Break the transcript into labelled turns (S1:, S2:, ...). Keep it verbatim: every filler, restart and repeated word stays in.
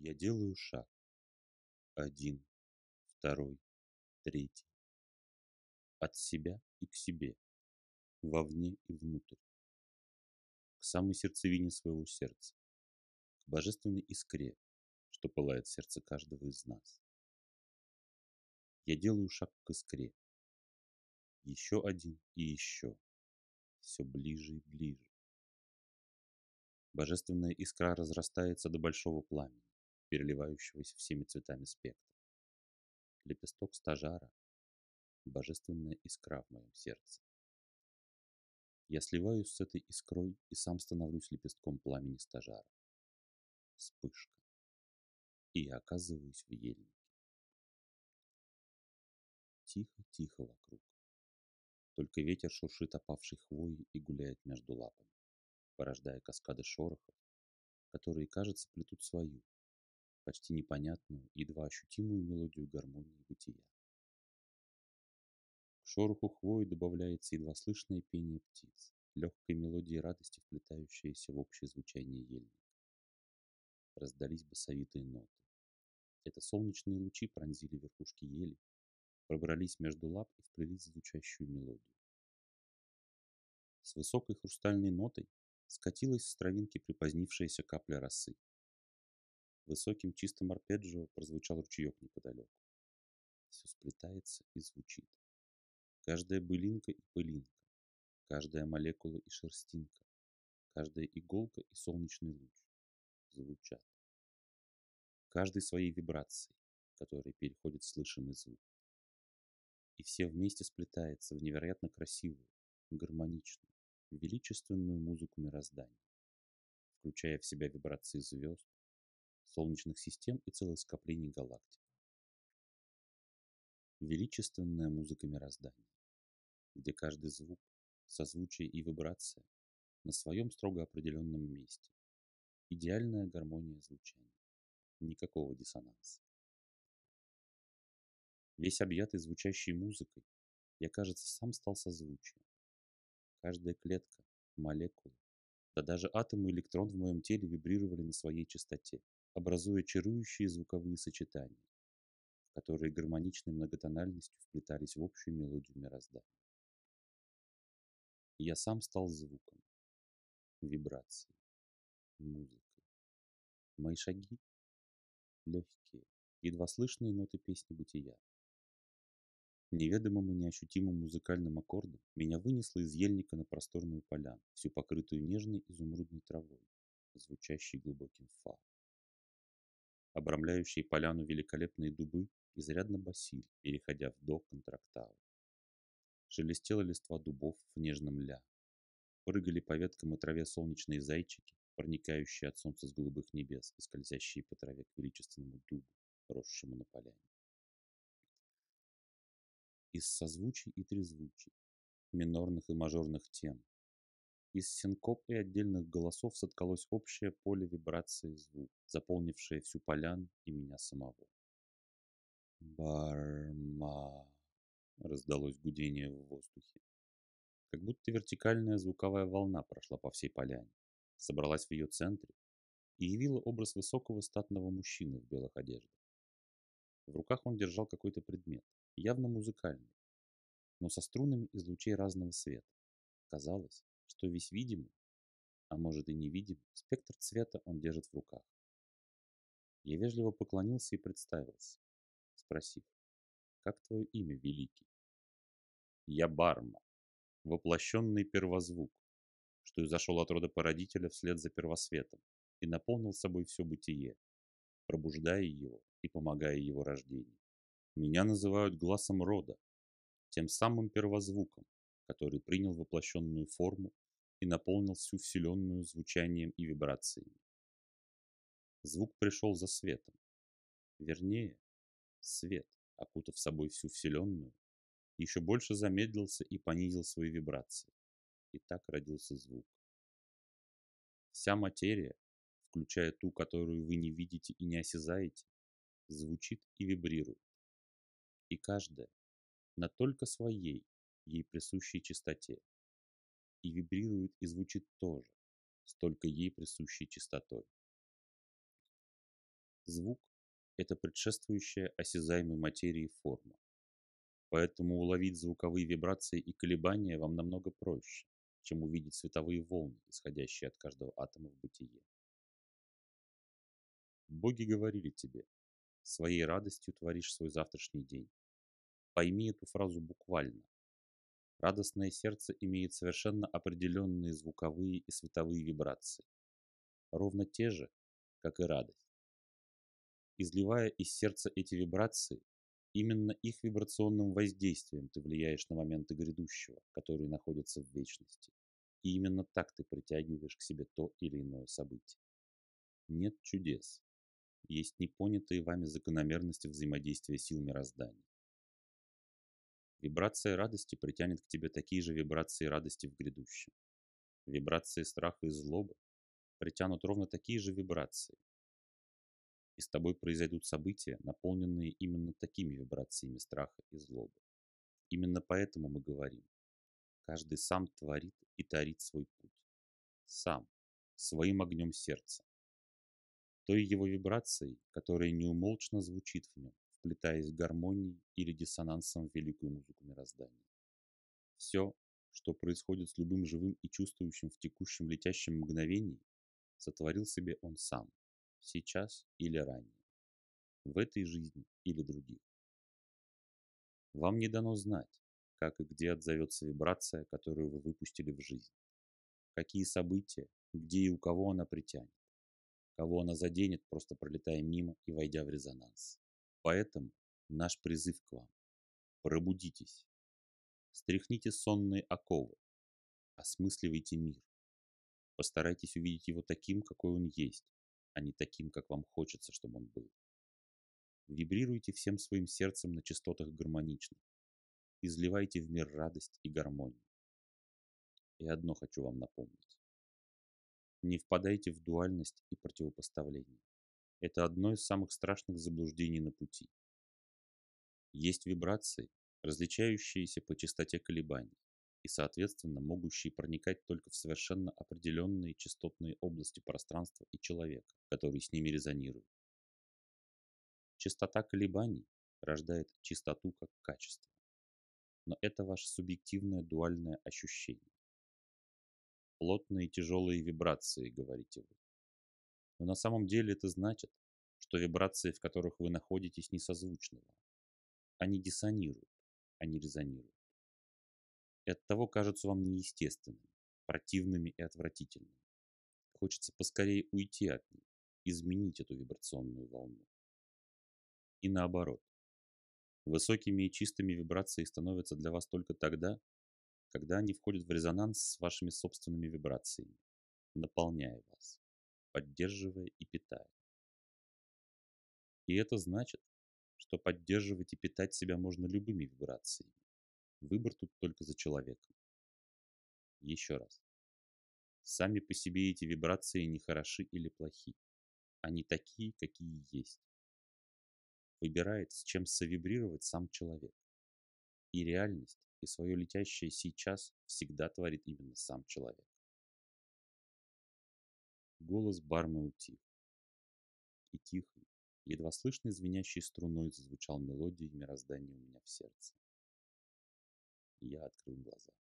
S1: Я делаю шаг. Один, второй, третий. От себя и к себе, вовне и внутрь, к самой сердцевине своего сердца, к божественной искре, что пылает в сердце каждого из нас. Я делаю шаг к искре. Еще один и еще. Все ближе и ближе. Божественная искра разрастается до большого пламени, переливающегося всеми цветами спектра. Лепесток стажара — божественная искра в моем сердце. Я сливаюсь с этой искрой и сам становлюсь лепестком пламени стажара. Вспышка. И я оказываюсь в ельнике. Тихо-тихо вокруг. Только ветер шуршит опавшей хвоей и гуляет между лапами, порождая каскады шорохов, которые, кажется, плетут свою, почти непонятную, едва ощутимую мелодию гармонии бытия. К шороху хвои добавляется едва слышное пение птиц, легкой мелодии радости, вплетающейся в общее звучание ельника. Раздались басовитые ноты. Это солнечные лучи пронзили верхушки ели, пробрались между лап и вплелись в звучащую мелодию. С высокой хрустальной нотой скатилась с травинки припозднившаяся капля росы. Высоким чистым арпеджио прозвучал ручеек неподалеку. Все сплетается и звучит. Каждая былинка и пылинка, каждая молекула и шерстинка, каждая иголка и солнечный луч звучат. Каждой своей вибрацией, которая переходит в слышимый звук. И все вместе сплетается в невероятно красивую, гармоничную, величественную музыку мироздания, включая в себя вибрации звезд, солнечных систем и целых скоплений галактик. Величественная музыка мироздания, где каждый звук, созвучие и вибрация на своем строго определенном месте. Идеальная гармония звучания. Никакого диссонанса. Весь объятый звучащей музыкой, я, кажется, сам стал созвучием. Каждая клетка, молекула, да даже атом и электрон в моем теле вибрировали на своей частоте, образуя чарующие звуковые сочетания, которые гармоничной многотональностью вплетались в общую мелодию мироздания. Я сам стал звуком, вибрацией, музыкой. Мои шаги — легкие, едва слышные ноты песни бытия. Неведомым и неощутимым музыкальным аккордом меня вынесло из ельника на просторную поляну, всю покрытую нежной изумрудной травой, звучащей глубоким фа. Обрамляющие поляну великолепные дубы изрядно басили, переходя в до контрактавы. Шелестела листва дубов в нежном ля. Прыгали по веткам и траве солнечные зайчики, проникающие от солнца с голубых небес и скользящие по траве к величественному дубу, росшему на поляне. Из созвучий и трезвучий, минорных и мажорных тем, из синкоп и отдельных голосов соткалось общее поле вибрации звук, заполнившее всю поляну и меня самого. Барма. Раздалось гудение в воздухе. Как будто вертикальная звуковая волна прошла по всей поляне, собралась в ее центре и явила образ высокого статного мужчины в белых одеждах. В руках он держал какой-то предмет, явно музыкальный, но со струнами из лучей разного света. Казалось, что весь видимый, а может и невидимый, спектр цвета он держит в руках. Я вежливо поклонился и представился, спросив: «Как твое имя, великий?» «Я Барма, воплощенный первозвук, что изошел от рода породителя вслед за первосветом и наполнил собой все бытие, пробуждая его и помогая его рождению. Меня называют гласом рода, тем самым первозвуком, который принял воплощенную форму и наполнил всю вселенную звучанием и вибрациями. Звук пришел за светом, вернее, свет, окутав собой всю вселенную, еще больше замедлился и понизил свои вибрации, и так родился звук. Вся материя, включая ту, которую вы не видите и не осязаете, звучит и вибрирует, и каждая на только своей, ей присущей частоте, и вибрирует и звучит тоже, с только ей присущей частотой. Звук– это предшествующая осязаемой материи форма, поэтому уловить звуковые вибрации и колебания вам намного проще, чем увидеть световые волны, исходящие от каждого атома в бытие. Боги говорили тебе: «Своей радостью творишь свой завтрашний день». Пойми эту фразу буквально. Радостное сердце имеет совершенно определенные звуковые и световые вибрации, ровно те же, как и радость. Изливая из сердца эти вибрации, именно их вибрационным воздействием ты влияешь на моменты грядущего, которые находятся в вечности. И именно так ты притягиваешь к себе то или иное событие. Нет чудес. Есть непонятые вами закономерности взаимодействия сил мироздания. Вибрация радости притянет к тебе такие же вибрации радости в грядущем. Вибрации страха и злобы притянут ровно такие же вибрации. И с тобой произойдут события, наполненные именно такими вибрациями страха и злобы. Именно поэтому мы говорим: каждый сам творит и тарит свой путь. Сам, своим огнем сердца. Той его вибрацией, которая неумолчно звучит в нем, вплетаясь гармонией или диссонансом в великую музыку мироздания. Все, что происходит с любым живым и чувствующим в текущем летящем мгновении, сотворил себе он сам, сейчас или ранее, в этой жизни или других. Вам не дано знать, как и где отзовется вибрация, которую вы выпустили в жизнь, какие события, где и у кого она притянет, кого она заденет, просто пролетая мимо и войдя в резонанс. Поэтому наш призыв к вам: пробудитесь, стряхните сонные оковы, осмысливайте мир, постарайтесь увидеть его таким, какой он есть, а не таким, как вам хочется, чтобы он был. Вибрируйте всем своим сердцем на частотах гармоничных, изливайте в мир радость и гармонию. И одно хочу вам напомнить: не впадайте в дуальность и противопоставление. Это одно из самых страшных заблуждений на пути. Есть вибрации, различающиеся по частоте колебаний и, соответственно, могущие проникать только в совершенно определенные частотные области пространства и человека, который с ними резонирует. Частота колебаний рождает чистоту как качество, но это ваше субъективное дуальное ощущение. Плотные тяжелые вибрации, говорите вы. Но на самом деле это значит, что вибрации, в которых вы находитесь, не созвучны вам. Они диссонируют, а не резонируют. И оттого кажутся вам неестественными, противными и отвратительными. Хочется поскорее уйти от них, изменить эту вибрационную волну. И наоборот. Высокими и чистыми вибрации становятся для вас только тогда, когда они входят в резонанс с вашими собственными вибрациями, наполняя вас, поддерживая и питая. И это значит, что поддерживать и питать себя можно любыми вибрациями. Выбор тут только за человеком. Еще раз. Сами по себе эти вибрации не хороши или плохи. Они такие, какие есть. Выбирает, с чем совибрировать сам человек. И реальность, и свое летящее сейчас всегда творит именно сам человек. Голос Бармы утих. И тихой, едва слышной звенящей струной зазвучал мелодией мироздания у меня в сердце. И я открыл глаза.